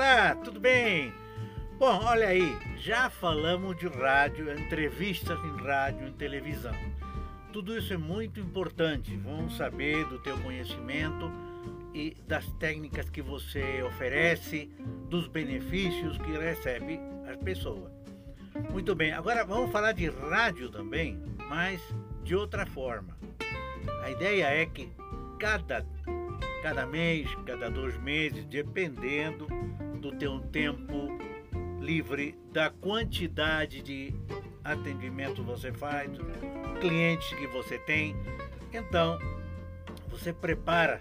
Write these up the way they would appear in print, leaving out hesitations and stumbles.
Olá, tudo bem? Bom, olha aí, já falamos de rádio, entrevistas em rádio, em televisão. Tudo isso é muito importante. Vamos saber do teu conhecimento e das técnicas que você oferece, dos benefícios que recebe as pessoas. Muito bem, agora vamos falar de rádio também, mas de outra forma. A ideia é que cada mês, cada 2 meses, dependendo do teu tempo livre, da quantidade de atendimento que você faz, clientes que você tem, então você prepara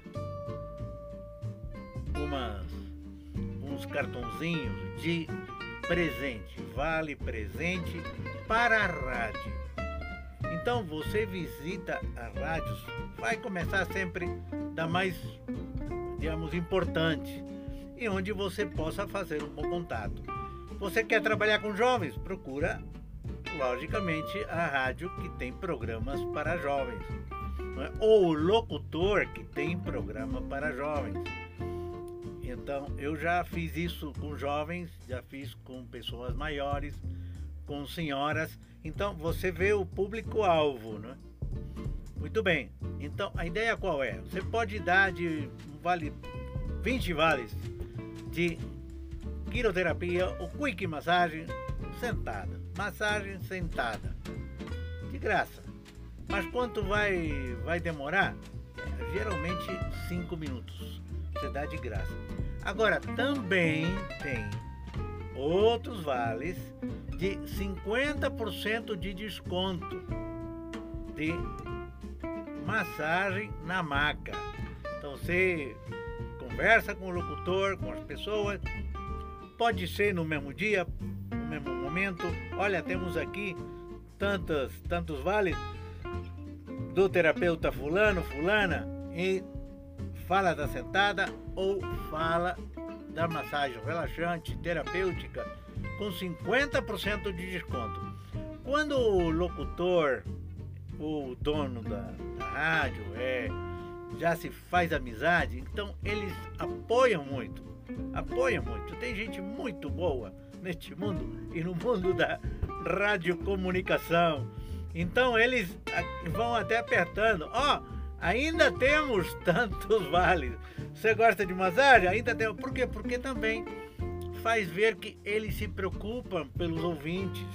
uns cartãozinhos de presente, vale presente para a rádio. Então você visita as rádios, vai começar sempre da mais, digamos, importante, e onde você possa fazer um bom contato. Você quer trabalhar com jovens? Procura, logicamente, a rádio que tem programas para jovens, não é? Ou o locutor que tem programa para jovens. Então, eu já fiz isso com jovens, já fiz com pessoas maiores, com senhoras. Então, você vê o público-alvo, né? Muito bem. Então, a ideia qual é? Você pode dar de 20 vales de quiroterapia ou quick massagem sentada. Massagem sentada. De graça. Mas quanto vai demorar? Geralmente 5 minutos. Você dá de graça. Agora, também tem outros vales de 50% de desconto de massagem na maca. Então você conversa com o locutor, com as pessoas, pode ser no mesmo dia, no mesmo momento. Olha, temos aqui tantos vales do terapeuta fulano, fulana, e fala da sentada ou fala da massagem relaxante, terapêutica, com 50% de desconto. Quando o locutor, o dono da rádio, já se faz amizade, então eles apoiam muito. Tem gente muito boa neste mundo e no mundo da radiocomunicação. Então eles vão até apertando. Ainda temos tantos vales. Você gosta de massagem? Ainda tem. Por quê? Porque também faz ver que eles se preocupam pelos ouvintes.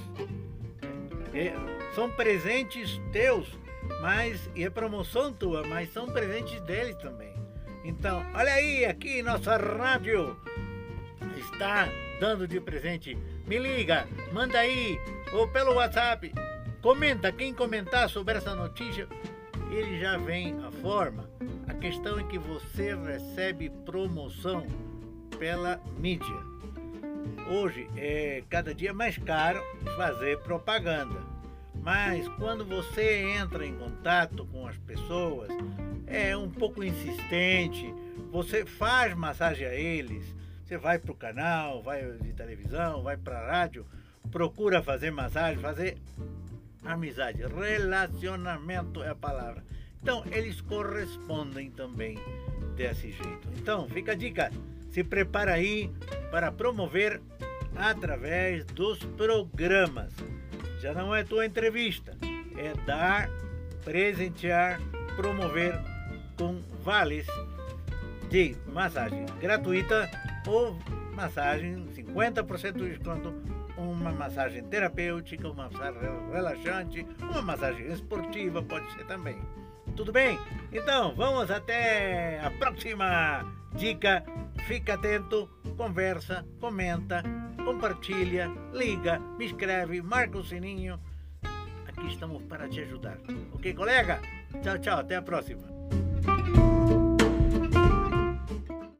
São presentes teus, e é promoção tua, mas são presentes deles também. Então, olha aí, aqui nossa rádio está dando de presente. Me liga, manda aí, ou pelo WhatsApp. Comenta, quem comentar sobre essa notícia, ele já vem à forma. A questão é que você recebe promoção pela mídia. Hoje é cada dia mais caro fazer propaganda, mas quando você entra em contato com as pessoas, é um pouco insistente, você faz massagem a eles, você vai para o canal, vai de televisão, vai para a rádio, procura fazer massagem, fazer amizade, relacionamento é a palavra. Então, eles correspondem também desse jeito. Então, fica a dica, se prepara aí para promover através dos programas. Já não é tua entrevista, é dar, presentear, promover com vales de massagem gratuita ou massagem 50% de desconto, uma massagem terapêutica, uma massagem relaxante, uma massagem esportiva, pode ser também. Tudo bem? Então, vamos até a próxima dica. Fica atento, conversa, comenta, compartilha, liga, me escreve, marca o sininho. Aqui estamos para te ajudar. Ok, colega? Tchau, tchau. Até a próxima.